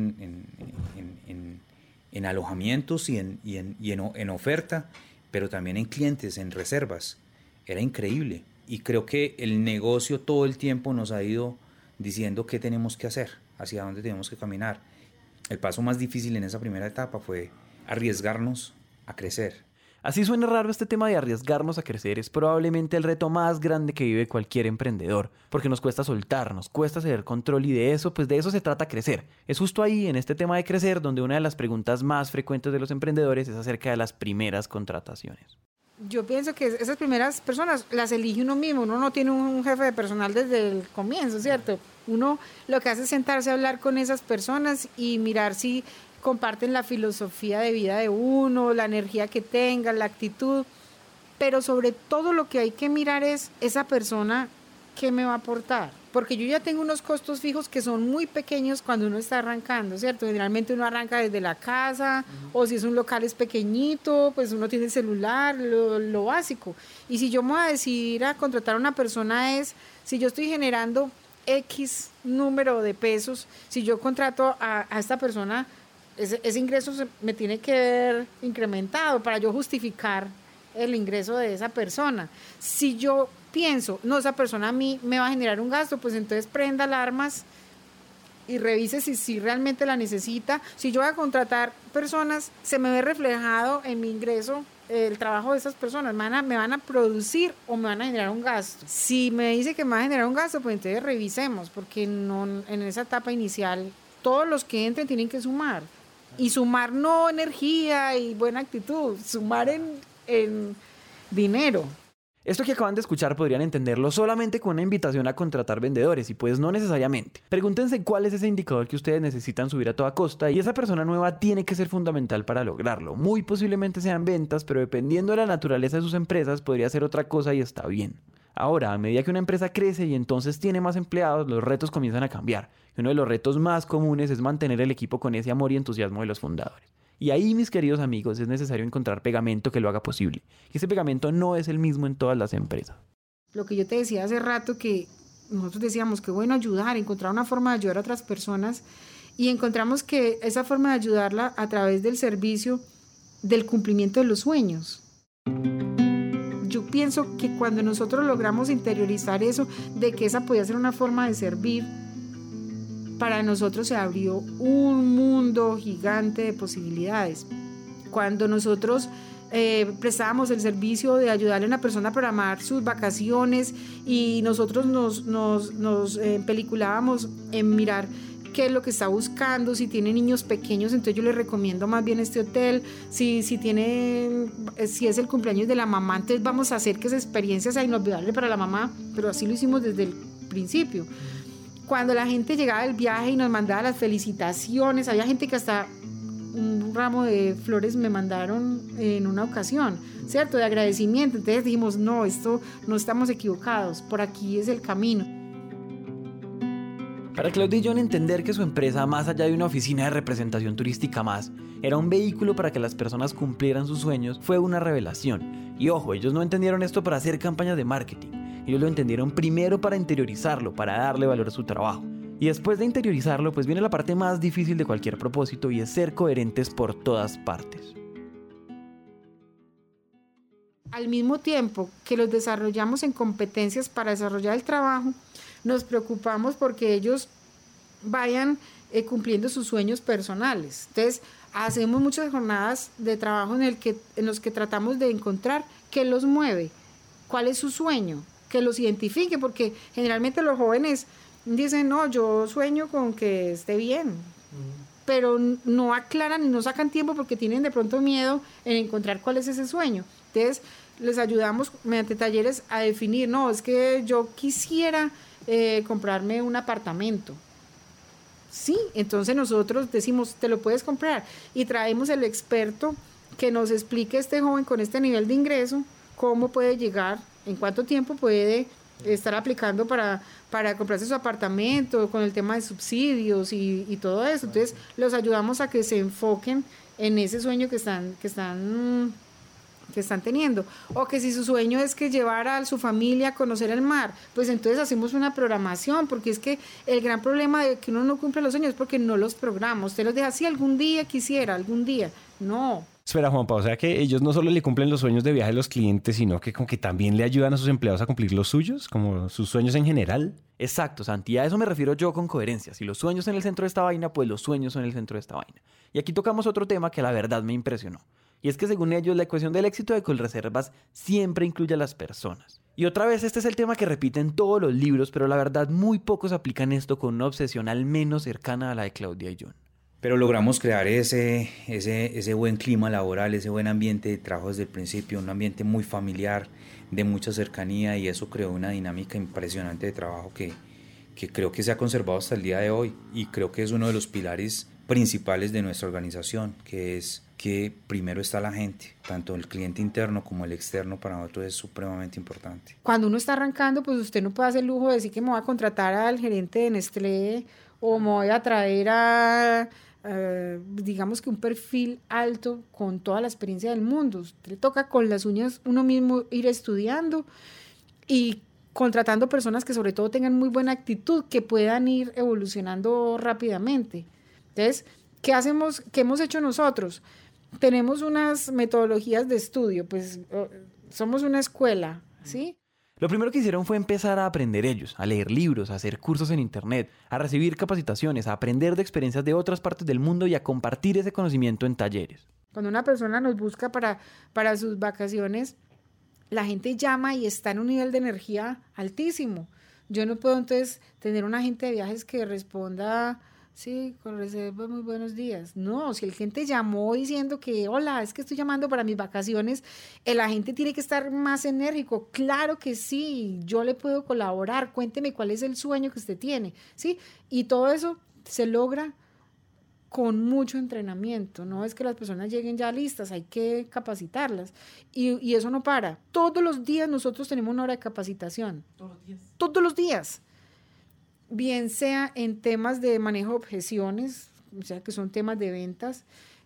en alojamientos y en oferta, pero también en clientes, en reservas. Era increíble y creo que el negocio todo el tiempo nos ha ido diciendo qué tenemos que hacer, hacia dónde tenemos que caminar. El paso más difícil en esa primera etapa fue arriesgarnos a crecer. Así suena raro este tema de arriesgarnos a crecer, es probablemente el reto más grande que vive cualquier emprendedor, porque nos cuesta soltar, nos cuesta ceder control y de eso se trata crecer. Es justo ahí, en este tema de crecer, donde una de las preguntas más frecuentes de los emprendedores es acerca de las primeras contrataciones. Yo pienso que esas primeras personas las elige uno mismo, uno no tiene un jefe de personal desde el comienzo, ¿cierto? Uno lo que hace es sentarse a hablar con esas personas y mirar si comparten la filosofía de vida de uno, la energía que tengan, la actitud, pero sobre todo lo que hay que mirar es esa persona que me va a aportar, porque yo ya tengo unos costos fijos que son muy pequeños cuando uno está arrancando, ¿cierto? Generalmente uno arranca desde la casa, o si es un local es pequeñito, pues uno tiene el celular, lo básico, y si yo me voy a decidir a contratar a una persona si yo estoy generando X número de pesos, si yo contrato a esta persona, ese ingreso me tiene que ver incrementado para yo justificar el ingreso de esa persona. Si yo pienso, no, esa persona a mí me va a generar un gasto, pues entonces prenda alarmas y revise si realmente la necesita. Si yo voy a contratar personas, se me ve reflejado en mi ingreso el trabajo de esas personas, me van a producir o me van a generar un gasto. Si me dice que me va a generar un gasto, pues entonces revisemos, porque no, en esa etapa inicial todos los que entren tienen que sumar. Y sumar no energía y buena actitud, sumar en dinero. Esto que acaban de escuchar podrían entenderlo solamente con una invitación a contratar vendedores y pues no necesariamente. Pregúntense cuál es ese indicador que ustedes necesitan subir a toda costa y esa persona nueva tiene que ser fundamental para lograrlo. Muy posiblemente sean ventas, pero dependiendo de la naturaleza de sus empresas podría ser otra cosa y está bien. Ahora, a medida que una empresa crece y entonces tiene más empleados, los retos comienzan a cambiar. Y uno de los retos más comunes es mantener el equipo con ese amor y entusiasmo de los fundadores. Y ahí, mis queridos amigos, es necesario encontrar pegamento que lo haga posible. Y ese pegamento no es el mismo en todas las empresas. Lo que yo te decía hace rato, que nosotros decíamos que bueno ayudar, encontrar una forma de ayudar a otras personas, y encontramos que esa forma de ayudarla a través del servicio, del cumplimiento de los sueños. Yo pienso que cuando nosotros logramos interiorizar eso, de que esa podía ser una forma de servir, para nosotros se abrió un mundo gigante de posibilidades. Cuando nosotros prestábamos el servicio de ayudarle a una persona a programar sus vacaciones y nosotros nos peliculábamos en mirar qué es lo que está buscando, si tiene niños pequeños, entonces yo le recomiendo más bien este hotel, si es el cumpleaños de la mamá, entonces vamos a hacer que esa experiencia sea inolvidable para la mamá, pero así lo hicimos desde el principio. Cuando la gente llegaba del viaje y nos mandaba las felicitaciones, había gente que hasta un ramo de flores me mandaron en una ocasión, ¿cierto? De agradecimiento. Entonces dijimos, no, esto no estamos equivocados, por aquí es el camino. Para Claudia y John, entender que su empresa, más allá de una oficina de representación turística más, era un vehículo para que las personas cumplieran sus sueños, fue una revelación. Y ojo, ellos no entendieron esto para hacer campañas de marketing. Ellos lo entendieron primero para interiorizarlo, para darle valor a su trabajo. Y después de interiorizarlo, pues viene la parte más difícil de cualquier propósito y es ser coherentes por todas partes. Al mismo tiempo que los desarrollamos en competencias para desarrollar el trabajo, nos preocupamos porque ellos vayan cumpliendo sus sueños personales. Entonces, hacemos muchas jornadas de trabajo en los que tratamos de encontrar qué los mueve, cuál es su sueño, que los identifique, porque generalmente los jóvenes dicen, no, yo sueño con que esté bien, pero no aclaran y no sacan tiempo porque tienen de pronto miedo en encontrar cuál es ese sueño. Entonces, les ayudamos mediante talleres a definir, no, es que yo quisiera comprarme un apartamento. Sí, entonces nosotros decimos, te lo puedes comprar, y traemos el experto que nos explique este joven con este nivel de ingreso, cómo puede llegar, en cuánto tiempo puede estar aplicando para comprarse su apartamento, con el tema de subsidios y todo eso. Entonces los ayudamos a que se enfoquen en ese sueño que están teniendo, o que si su sueño es que llevar a su familia a conocer el mar, pues entonces hacemos una programación, porque es que el gran problema de que uno no cumple los sueños es porque no los programa. Usted los deja así, algún día quisiera, algún día, no. Espera, Juanpa, o sea que ellos no solo le cumplen los sueños de viaje a los clientes, sino que como que también le ayudan a sus empleados a cumplir los suyos, como sus sueños en general. Exacto, Santi, a eso me refiero yo con coherencia. Si los sueños son el centro de esta vaina, pues los sueños son el centro de esta vaina. Y aquí tocamos otro tema que la verdad me impresionó. Y es que según ellos, la ecuación del éxito de Colreservas siempre incluye a las personas. Y otra vez, este es el tema que repiten todos los libros, pero la verdad muy pocos aplican esto con una obsesión al menos cercana a la de Claudia y John. Pero logramos crear ese buen clima laboral, ese buen ambiente de trabajo desde el principio, un ambiente muy familiar, de mucha cercanía, y eso creó una dinámica impresionante de trabajo que creo que se ha conservado hasta el día de hoy, y creo que es uno de los pilares principales de nuestra organización, que es que primero está la gente, tanto el cliente interno como el externo. Para nosotros es supremamente importante. Cuando uno está arrancando, pues usted no puede hacer el lujo de decir que me voy a contratar al gerente de Nestlé o me voy a traer a digamos que un perfil alto con toda la experiencia del mundo. Usted le toca con las uñas uno mismo ir estudiando y contratando personas que sobre todo tengan muy buena actitud, que puedan ir evolucionando rápidamente. Entonces, ¿qué hacemos? ¿Qué hemos hecho nosotros? Tenemos unas metodologías de estudio, pues somos una escuela, ¿sí? Lo primero que hicieron fue empezar a aprender ellos, a leer libros, a hacer cursos en internet, a recibir capacitaciones, a aprender de experiencias de otras partes del mundo y a compartir ese conocimiento en talleres. Cuando una persona nos busca para sus vacaciones, la gente llama y está en un nivel de energía altísimo. Yo no puedo entonces tener un agente de viajes que responda Sí, con reserva, muy buenos días. No, si el cliente llamó diciendo que, hola, es que estoy llamando para mis vacaciones, el agente tiene que estar más enérgico. Claro que sí, yo le puedo colaborar, cuénteme cuál es el sueño que usted tiene, ¿sí? Y todo eso se logra con mucho entrenamiento, no es que las personas lleguen ya listas, hay que capacitarlas. Y eso no para. Todos los días nosotros tenemos una hora de capacitación. Todos los días. Todos los días. Bien sea en temas de manejo de objeciones, o sea, que son temas de ventas,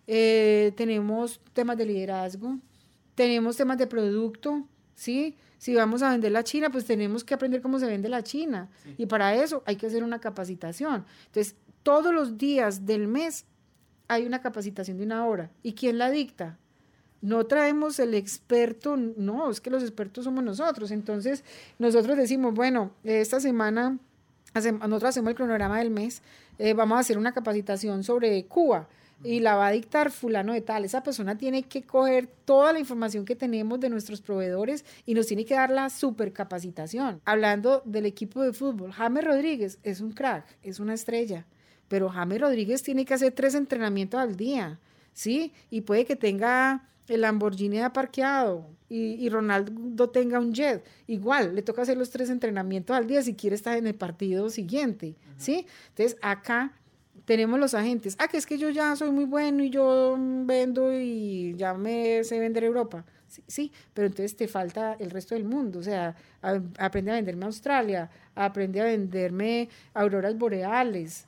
tenemos temas de liderazgo, tenemos temas de producto, ¿sí? Si vamos a vender la China, pues tenemos que aprender cómo se vende la China. Sí. Y para eso hay que hacer una capacitación. Entonces, todos los días del mes hay una capacitación de una hora. ¿Y quién la dicta? No traemos el experto, no, es que los expertos somos nosotros. Entonces, nosotros decimos, bueno, esta semana nosotros hacemos el cronograma del mes, vamos a hacer una capacitación sobre Cuba y la va a dictar fulano de tal. Esa persona tiene que coger toda la información que tenemos de nuestros proveedores y nos tiene que dar la supercapacitación. Hablando del equipo de fútbol, James Rodríguez es un crack, es una estrella, pero James Rodríguez tiene que hacer 3 entrenamientos al día, ¿sí? Y puede que tenga el Lamborghini aparqueado y Ronaldo tenga un jet. Igual, le toca hacer los 3 entrenamientos al día si quiere estar en el partido siguiente, ¿sí? Entonces, acá tenemos los agentes. Que es que yo ya soy muy bueno y yo vendo y ya me sé vender Europa. Sí, pero entonces te falta el resto del mundo. O sea, aprende a venderme a Australia, aprende a venderme auroras boreales,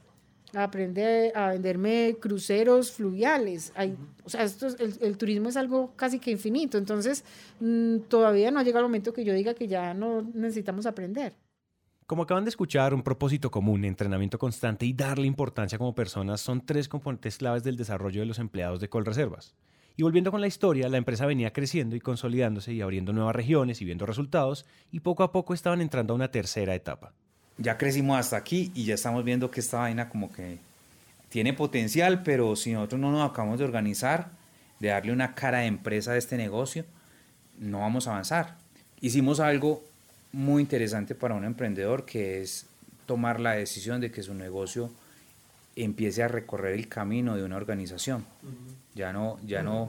aprende a venderme cruceros fluviales. O sea, el turismo es algo casi que infinito. Entonces, todavía no ha llegado el momento que yo diga que ya no necesitamos aprender. Como acaban de escuchar, un propósito común, entrenamiento constante y darle importancia como personas son 3 componentes claves del desarrollo de los empleados de Colreservas. Y volviendo con la historia, la empresa venía creciendo y consolidándose y abriendo nuevas regiones y viendo resultados, y poco a poco estaban entrando a una tercera etapa. Ya crecimos hasta aquí y ya estamos viendo que esta vaina como que tiene potencial, pero si nosotros no nos acabamos de organizar, de darle una cara de empresa a este negocio, no vamos a avanzar. Hicimos algo muy interesante para un emprendedor, que es tomar la decisión de que su negocio empiece a recorrer el camino de una organización. Ya no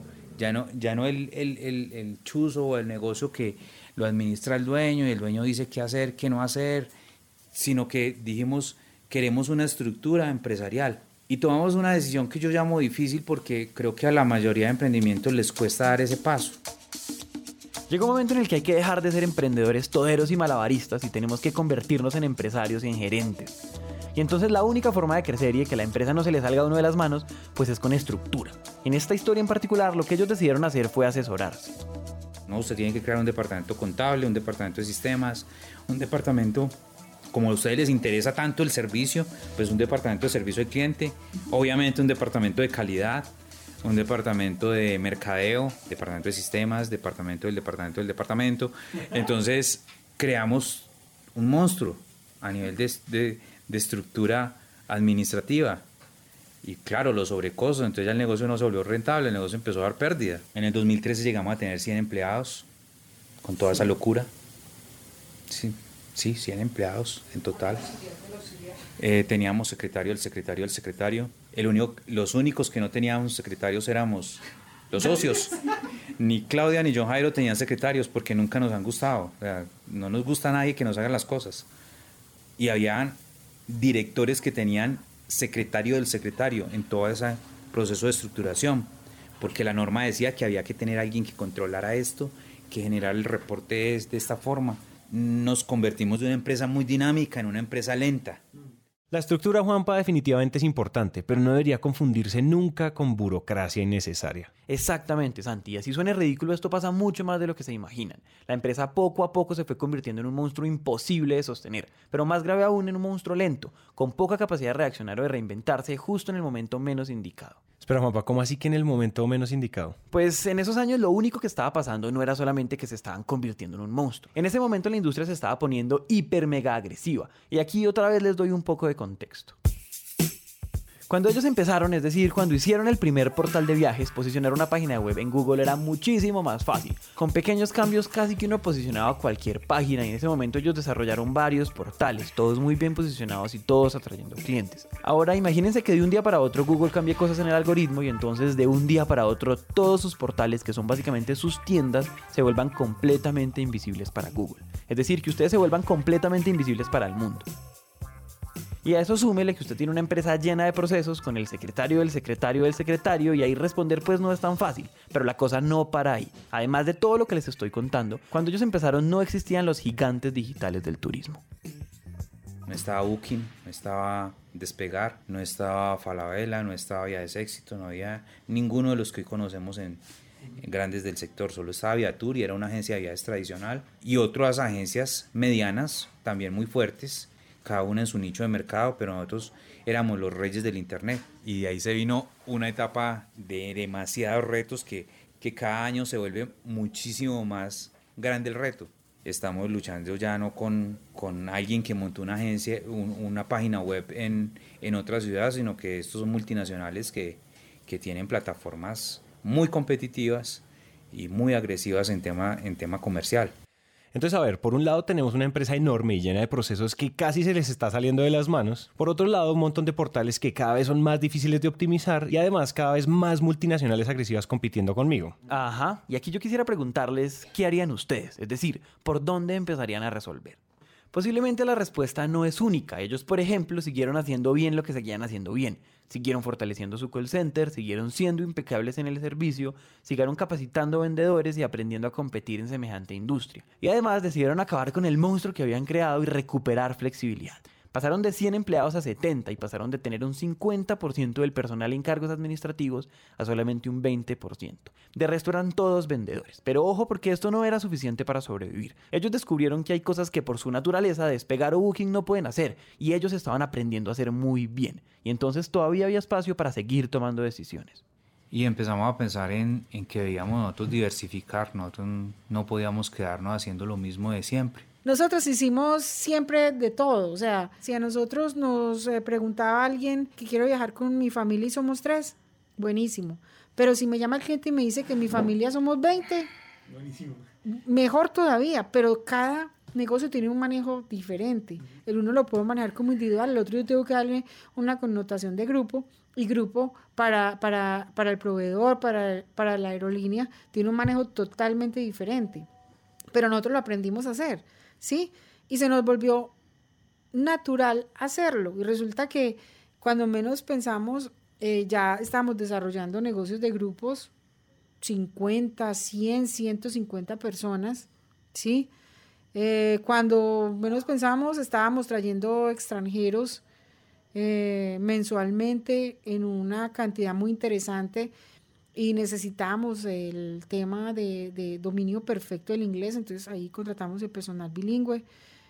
el chuzo o el negocio que lo administra el dueño y el dueño dice qué hacer, qué no hacer, sino que dijimos, queremos una estructura empresarial. Y tomamos una decisión que yo llamo difícil porque creo que a la mayoría de emprendimientos les cuesta dar ese paso. Llega un momento en el que hay que dejar de ser emprendedores toderos y malabaristas y tenemos que convertirnos en empresarios y en gerentes. Y entonces la única forma de crecer y de que la empresa no se le salga a uno de las manos, pues es con estructura. En esta historia en particular, lo que ellos decidieron hacer fue asesorarse. No, usted tiene que crear un departamento contable, un departamento de sistemas, un departamento, como a ustedes les interesa tanto el servicio, pues un departamento de servicio al cliente, obviamente un departamento de calidad, un departamento de mercadeo, departamento de sistemas, departamento del departamento del departamento. Entonces creamos un monstruo a nivel de estructura administrativa. Y claro, los sobrecostos, entonces ya el negocio no se volvió rentable, el negocio empezó a dar pérdida. En el 2013 llegamos a tener 100 empleados, con toda esa locura. Sí, 100 empleados en total. Teníamos secretario. Los únicos que no teníamos secretarios éramos los socios. Ni Claudia ni John Jairo tenían secretarios porque nunca nos han gustado. O sea, no nos gusta a nadie que nos haga las cosas. Y habían directores que tenían secretario del secretario en todo ese proceso de estructuración, porque la norma decía que había que tener a alguien que controlara esto, que generara el reporte de esta forma. Nos convertimos de una empresa muy dinámica en una empresa lenta. La estructura, Juanpa, definitivamente es importante, pero no debería confundirse nunca con burocracia innecesaria. Exactamente, Santi. Así suene ridículo, esto pasa mucho más de lo que se imaginan. La empresa poco a poco se fue convirtiendo en un monstruo imposible de sostener, pero más grave aún, en un monstruo lento, con poca capacidad de reaccionar o de reinventarse justo en el momento menos indicado. Espera, Juanpa, ¿cómo así que en el momento menos indicado? Pues en esos años lo único que estaba pasando no era solamente que se estaban convirtiendo en un monstruo. En ese momento la industria se estaba poniendo hiper mega agresiva. Y aquí otra vez les doy un poco de contexto. Cuando ellos empezaron, es decir, cuando hicieron el primer portal de viajes, posicionar una página web en Google era muchísimo más fácil. Con pequeños cambios casi que uno posicionaba cualquier página y en ese momento ellos desarrollaron varios portales, todos muy bien posicionados y todos atrayendo clientes. Ahora imagínense que de un día para otro Google cambie cosas en el algoritmo y entonces de un día para otro todos sus portales, que son básicamente sus tiendas, se vuelvan completamente invisibles para Google. Es decir, que ustedes se vuelvan completamente invisibles para el mundo. Y a eso súmele que usted tiene una empresa llena de procesos con el secretario del secretario del secretario y ahí responder pues no es tan fácil, pero la cosa no para ahí. Además de todo lo que les estoy contando, cuando ellos empezaron no existían los gigantes digitales del turismo. No estaba Booking, no estaba Despegar, no estaba Falabella, no estaba Viajes Éxito, no había ninguno de los que hoy conocemos en grandes del sector, solo estaba Viatur y era una agencia de viajes tradicional y otras agencias medianas también muy fuertes, cada una en su nicho de mercado, pero nosotros éramos los reyes del internet y de ahí se vino una etapa de demasiados retos que cada año se vuelve muchísimo más grande el reto. Estamos luchando ya no con alguien que montó una agencia, una página web en otra ciudad, sino que estos son multinacionales que tienen plataformas muy competitivas y muy agresivas en tema comercial. Entonces, a ver, por un lado tenemos una empresa enorme y llena de procesos que casi se les está saliendo de las manos. Por otro lado, un montón de portales que cada vez son más difíciles de optimizar y además cada vez más multinacionales agresivas compitiendo conmigo. Ajá, y aquí yo quisiera preguntarles qué harían ustedes, es decir, ¿por dónde empezarían a resolver? Posiblemente la respuesta no es única. Ellos, por ejemplo, siguieron haciendo bien lo que seguían haciendo bien. Siguieron fortaleciendo su call center, siguieron siendo impecables en el servicio, siguieron capacitando vendedores y aprendiendo a competir en semejante industria. Y además decidieron acabar con el monstruo que habían creado y recuperar flexibilidad. Pasaron de 100 empleados a 70 y pasaron de tener un 50% del personal en cargos administrativos a solamente un 20%. De resto eran todos vendedores. Pero ojo, porque esto no era suficiente para sobrevivir. Ellos descubrieron que hay cosas que por su naturaleza Despegar o Booking no pueden hacer y ellos estaban aprendiendo a hacer muy bien. Y entonces todavía había espacio para seguir tomando decisiones. Y empezamos a pensar en que debíamos nosotros diversificar, nosotros no podíamos quedarnos haciendo lo mismo de siempre. Nosotros hicimos siempre de todo, o sea, si a nosotros nos preguntaba alguien que quiero viajar con mi familia y somos 3, buenísimo. Pero si me llama el cliente y me dice que en mi familia somos 20, buenísimo. Mejor todavía, pero cada negocio tiene un manejo diferente. El uno lo puedo manejar como individual, el otro yo tengo que darle una connotación de grupo, y grupo para el proveedor, para la aerolínea, tiene un manejo totalmente diferente. Pero nosotros lo aprendimos a hacer, ¿sí? Y se nos volvió natural hacerlo. Y resulta que cuando menos pensamos, ya estamos desarrollando negocios de grupos, 50, 100, 150 personas, ¿sí? Cuando menos pensamos, estábamos trayendo extranjeros mensualmente en una cantidad muy interesante y necesitábamos el tema de dominio perfecto del inglés, entonces ahí contratamos el personal bilingüe.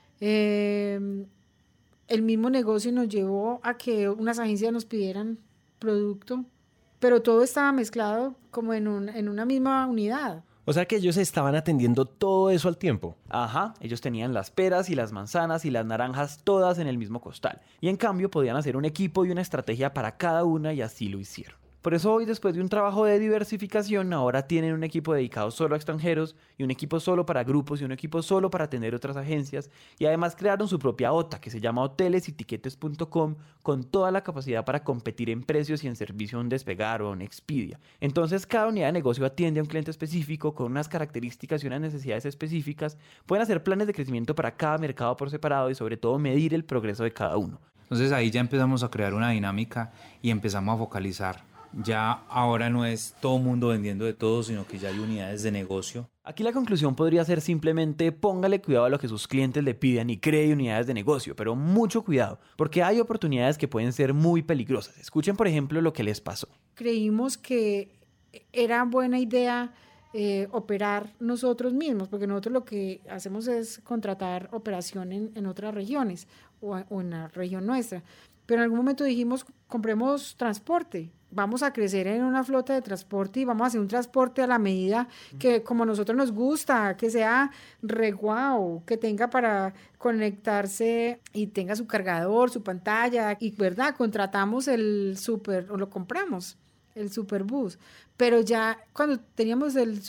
El mismo negocio nos llevó a que unas agencias nos pidieran producto, pero todo estaba mezclado como en una misma unidad. O sea que ellos estaban atendiendo todo eso al tiempo. Ajá, ellos tenían las peras y las manzanas y las naranjas todas en el mismo costal. Y en cambio podían hacer un equipo y una estrategia para cada una y así lo hicieron. Por eso hoy, después de un trabajo de diversificación, ahora tienen un equipo dedicado solo a extranjeros y un equipo solo para grupos y un equipo solo para atender otras agencias. Y además crearon su propia OTA que se llama hotelesitiquetes.com con toda la capacidad para competir en precios y en servicio a un Despegar o a un Expedia. Entonces cada unidad de negocio atiende a un cliente específico con unas características y unas necesidades específicas. Pueden hacer planes de crecimiento para cada mercado por separado y sobre todo medir el progreso de cada uno. Entonces ahí ya empezamos a crear una dinámica y empezamos a focalizar. Ya ahora no es todo mundo vendiendo de todo, sino que ya hay unidades de negocio. Aquí la conclusión podría ser simplemente póngale cuidado a lo que sus clientes le pidan y cree unidades de negocio, pero mucho cuidado, porque hay oportunidades que pueden ser muy peligrosas. Escuchen, por ejemplo, lo que les pasó. Creímos que era buena idea operar nosotros mismos, porque nosotros lo que hacemos es contratar operación en otras regiones o en la región nuestra. Pero en algún momento dijimos, compremos transporte. vamos a crecer en una flota de transporte y vamos a hacer un transporte a la medida que como a nosotros nos gusta, que sea re guau, que tenga para conectarse y tenga su cargador, su pantalla y, ¿verdad? Contratamos el super, o lo compramos, el Superbus, pero ya cuando teníamos el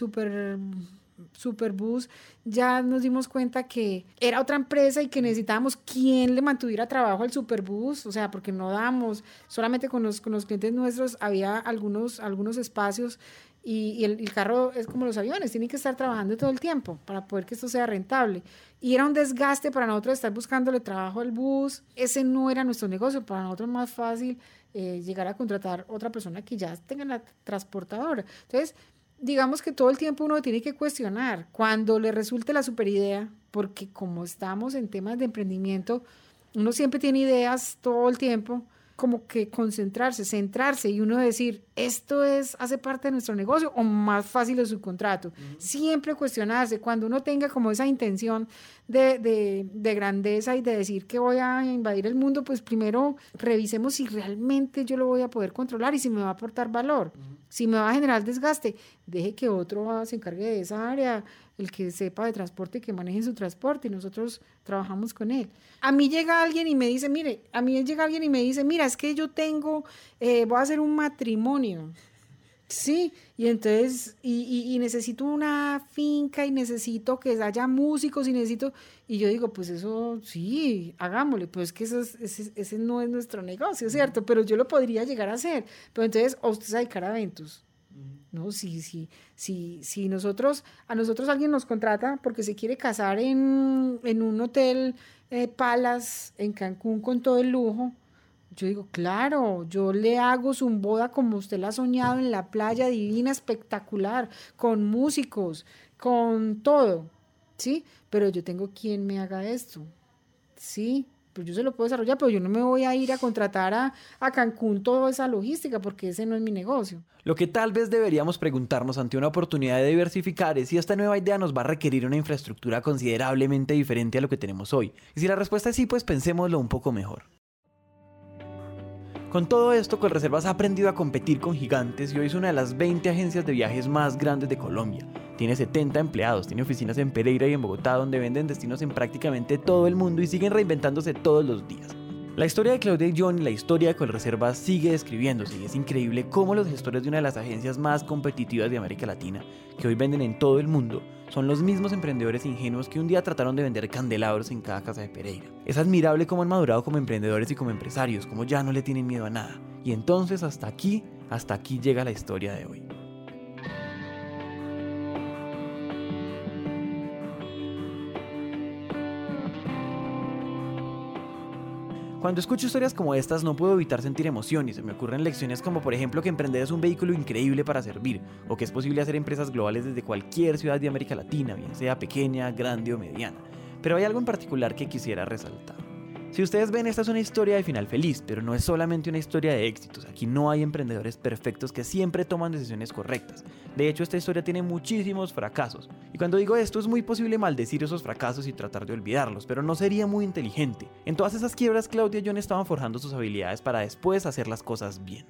Superbus ya nos dimos cuenta que era otra empresa y que necesitábamos quien le mantuviera trabajo al Superbus, o sea, porque no damos, solamente con los clientes nuestros había algunos espacios y el carro es como los aviones, tienen que estar trabajando todo el tiempo para poder que esto sea rentable. Y era un desgaste para nosotros estar buscándole trabajo al bus, ese no era nuestro negocio, para nosotros es más fácil llegar a contratar otra persona que ya tenga la transportadora. Entonces, digamos que todo el tiempo uno tiene que cuestionar cuando le resulte la super idea, porque como estamos en temas de emprendimiento, uno siempre tiene ideas todo el tiempo, como que concentrarse, centrarse y uno decir, esto hace parte de nuestro negocio o más fácil el subcontrato. Siempre cuestionarse, cuando uno tenga como esa intención de grandeza y de decir que voy a invadir el mundo, pues primero revisemos si realmente yo lo voy a poder controlar y si me va a aportar valor. Si me va a generar desgaste, deje que otro se encargue de esa área, el que sepa de transporte, que maneje su transporte y nosotros trabajamos con él. A mí llega alguien y me dice, mira, es que yo tengo, voy a hacer un matrimonio. Sí, y entonces, y necesito una finca y necesito que haya músicos y yo digo, pues eso sí, hagámosle, pues que ese no es nuestro negocio, ¿cierto? Pero yo lo podría llegar a hacer, pero entonces, ¿o usted se va a dedicar a eventos? No, si a nosotros alguien nos contrata porque se quiere casar en un hotel Palace en Cancún con todo el lujo, yo digo, claro, yo le hago su boda como usted la ha soñado en la playa divina, espectacular, con músicos, con todo, ¿sí? Pero yo tengo quien me haga esto, ¿sí? Pues yo se lo puedo desarrollar, pero yo no me voy a ir a contratar a Cancún toda esa logística porque ese no es mi negocio. Lo que tal vez deberíamos preguntarnos ante una oportunidad de diversificar es si esta nueva idea nos va a requerir una infraestructura considerablemente diferente a lo que tenemos hoy. Y si la respuesta es sí, pues pensémoslo un poco mejor. Con todo esto, Colreservas ha aprendido a competir con gigantes y hoy es una de las 20 agencias de viajes más grandes de Colombia. Tiene 70 empleados, tiene oficinas en Pereira y en Bogotá donde venden destinos en prácticamente todo el mundo y siguen reinventándose todos los días. La historia de Claudia y John y la historia de Colreservas sigue escribiéndose y es increíble cómo los gestores de una de las agencias más competitivas de América Latina, que hoy venden en todo el mundo, son los mismos emprendedores ingenuos que un día trataron de vender candelabros en cada casa de Pereira. Es admirable cómo han madurado como emprendedores y como empresarios, cómo ya no le tienen miedo a nada. Y entonces hasta aquí llega la historia de hoy. Cuando escucho historias como estas no puedo evitar sentir emoción y se me ocurren lecciones como por ejemplo que emprender es un vehículo increíble para servir o que es posible hacer empresas globales desde cualquier ciudad de América Latina, bien sea pequeña, grande o mediana. Pero hay algo en particular que quisiera resaltar. Si ustedes ven, esta es una historia de final feliz, pero no es solamente una historia de éxitos. Aquí no hay emprendedores perfectos que siempre toman decisiones correctas. De hecho, esta historia tiene muchísimos fracasos. Y cuando digo esto, es muy posible maldecir esos fracasos y tratar de olvidarlos, pero no sería muy inteligente. En todas esas quiebras, Claudia y John estaban forjando sus habilidades para después hacer las cosas bien.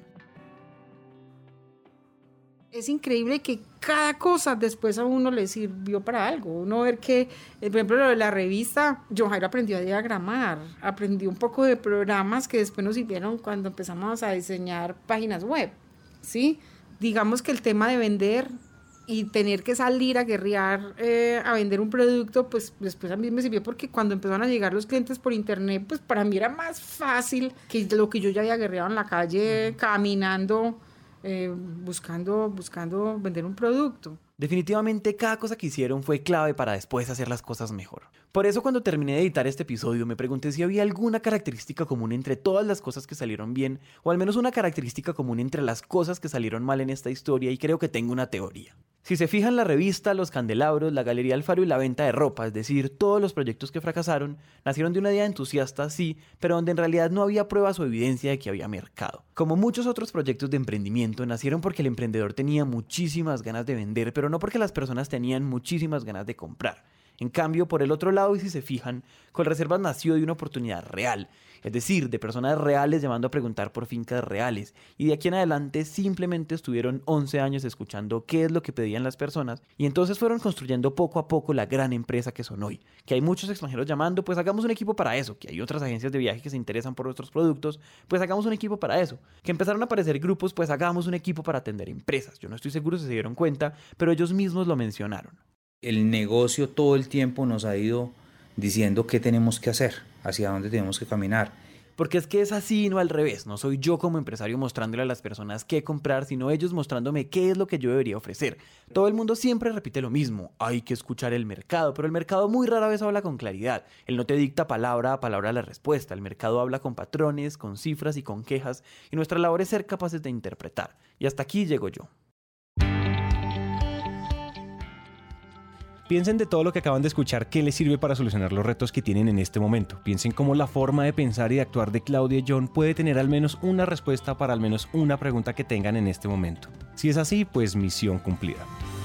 Es increíble que cada cosa después a uno le sirvió para algo. Uno ver que, por ejemplo, lo de la revista, John Jairo aprendió a diagramar, aprendió un poco de programas que después nos sirvieron cuando empezamos a diseñar páginas web, ¿sí? Digamos que el tema de vender y tener que salir a guerrear a vender un producto, pues después a mí me sirvió porque cuando empezaron a llegar los clientes por internet, pues para mí era más fácil que lo que yo ya había guerreado en la calle, caminando, buscando vender un producto. Definitivamente cada cosa que hicieron fue clave para después hacer las cosas mejor. Por eso cuando terminé de editar este episodio me pregunté si había alguna característica común entre todas las cosas que salieron bien o al menos una característica común entre las cosas que salieron mal en esta historia y creo que tengo una teoría. Si se fijan, la revista, los candelabros, la Galería Alfaro y la venta de ropa, es decir, todos los proyectos que fracasaron, nacieron de una idea entusiasta, sí, pero donde en realidad no había pruebas o evidencia de que había mercado. Como muchos otros proyectos de emprendimiento, nacieron porque el emprendedor tenía muchísimas ganas de vender, pero no porque las personas tenían muchísimas ganas de comprar. En cambio, por el otro lado, y si se fijan, Colreservas nació de una oportunidad real, es decir, de personas reales llamando a preguntar por fincas reales, y de aquí en adelante simplemente estuvieron 11 años escuchando qué es lo que pedían las personas, y entonces fueron construyendo poco a poco la gran empresa que son hoy. Que hay muchos extranjeros llamando, pues hagamos un equipo para eso. Que hay otras agencias de viaje que se interesan por nuestros productos, pues hagamos un equipo para eso. Que empezaron a aparecer grupos, pues hagamos un equipo para atender empresas. Yo no estoy seguro si se dieron cuenta, pero ellos mismos lo mencionaron. El negocio todo el tiempo nos ha ido diciendo qué tenemos que hacer, hacia dónde tenemos que caminar. Porque es que es así y no al revés. No soy yo como empresario mostrándole a las personas qué comprar, sino ellos mostrándome qué es lo que yo debería ofrecer. Todo el mundo siempre repite lo mismo. Hay que escuchar el mercado, pero el mercado muy rara vez habla con claridad. Él no te dicta palabra a palabra la respuesta. El mercado habla con patrones, con cifras y con quejas, y nuestra labor es ser capaces de interpretar. Y hasta aquí llego yo. Piensen de todo lo que acaban de escuchar qué les sirve para solucionar los retos que tienen en este momento. Piensen cómo la forma de pensar y de actuar de Claudia y John puede tener al menos una respuesta para al menos una pregunta que tengan en este momento. Si es así, pues misión cumplida.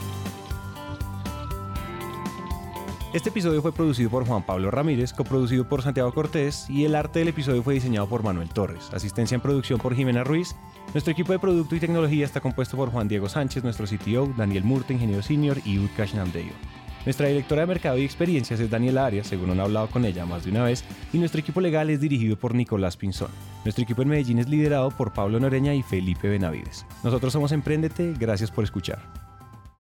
Este episodio fue producido por Juan Pablo Ramírez, coproducido por Santiago Cortés, y el arte del episodio fue diseñado por Manuel Torres. Asistencia en producción por Jimena Ruiz. Nuestro equipo de producto y tecnología está compuesto por Juan Diego Sánchez, nuestro CTO, Daniel Murta, ingeniero senior, y Utkarsh Namdeyo. Nuestra directora de mercado y experiencias es Daniela Arias, según han hablado con ella más de una vez, y nuestro equipo legal es dirigido por Nicolás Pinzón. Nuestro equipo en Medellín es liderado por Pablo Noreña y Felipe Benavides. Nosotros somos Emprendete, gracias por escuchar.